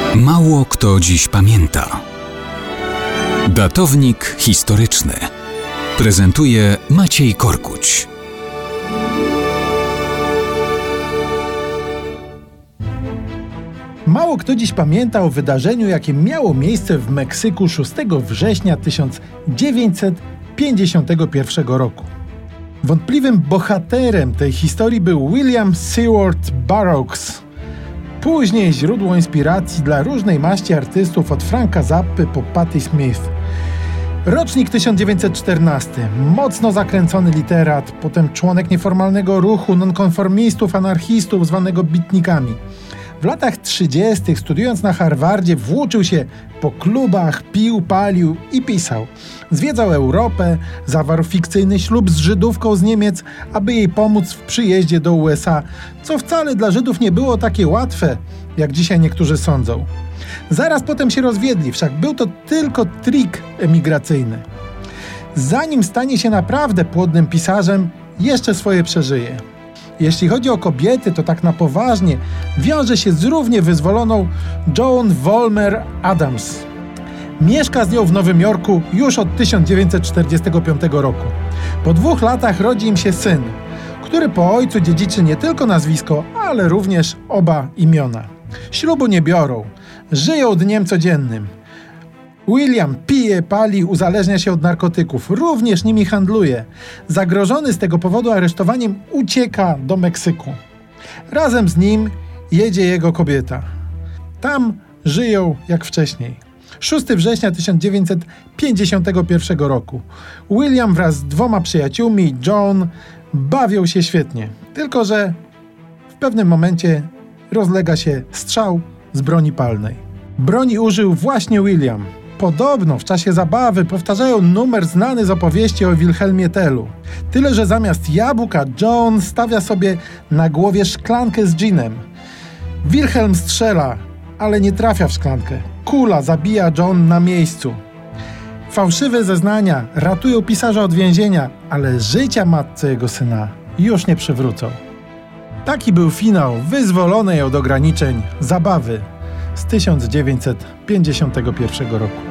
Mało kto dziś pamięta. Datownik historyczny prezentuje Maciej Korkuć. Mało kto dziś pamięta o wydarzeniu, jakie miało miejsce w Meksyku 6 września 1951 roku. Wątpliwym bohaterem tej historii był William Seward Burroughs, później źródło inspiracji dla różnej maści artystów od Franka Zappy po Patti Smith. Rocznik 1914, mocno zakręcony literat, potem członek nieformalnego ruchu nonkonformistów, anarchistów zwanego bitnikami. W latach 30. studiując na Harvardzie włóczył się po klubach, pił, palił i pisał. Zwiedzał Europę, zawarł fikcyjny ślub z Żydówką z Niemiec, aby jej pomóc w przyjeździe do USA, co wcale dla Żydów nie było takie łatwe, jak dzisiaj niektórzy sądzą. Zaraz potem się rozwiedli, wszak był to tylko trik emigracyjny. Zanim stanie się naprawdę płodnym pisarzem, jeszcze swoje przeżyje. Jeśli chodzi o kobiety, to tak na poważnie wiąże się z równie wyzwoloną Joan Vollmer Adams. Mieszka z nią w Nowym Jorku już od 1945 roku. Po 2 latach rodzi im się syn, który po ojcu dziedziczy nie tylko nazwisko, ale również oba imiona. Ślubu nie biorą, żyją dniem codziennym. William pije, pali, uzależnia się od narkotyków, również nimi handluje. Zagrożony z tego powodu aresztowaniem ucieka do Meksyku. Razem z nim jedzie jego kobieta. Tam żyją jak wcześniej. 6 września 1951 roku. William wraz z 2 przyjaciółmi, Joan, bawią się świetnie. Tylko że w pewnym momencie rozlega się strzał z broni palnej. Broni użył właśnie William. Podobno w czasie zabawy powtarzają numer znany z opowieści o Wilhelmie Tellu. Tyle, że zamiast jabłka Joan stawia sobie na głowie szklankę z ginem. Wilhelm strzela, ale nie trafia w szklankę. Kula zabija Joan na miejscu. Fałszywe zeznania ratują pisarza od więzienia, ale życia matce jego syna już nie przywrócą. Taki był finał wyzwolonej od ograniczeń zabawy z 1951 roku.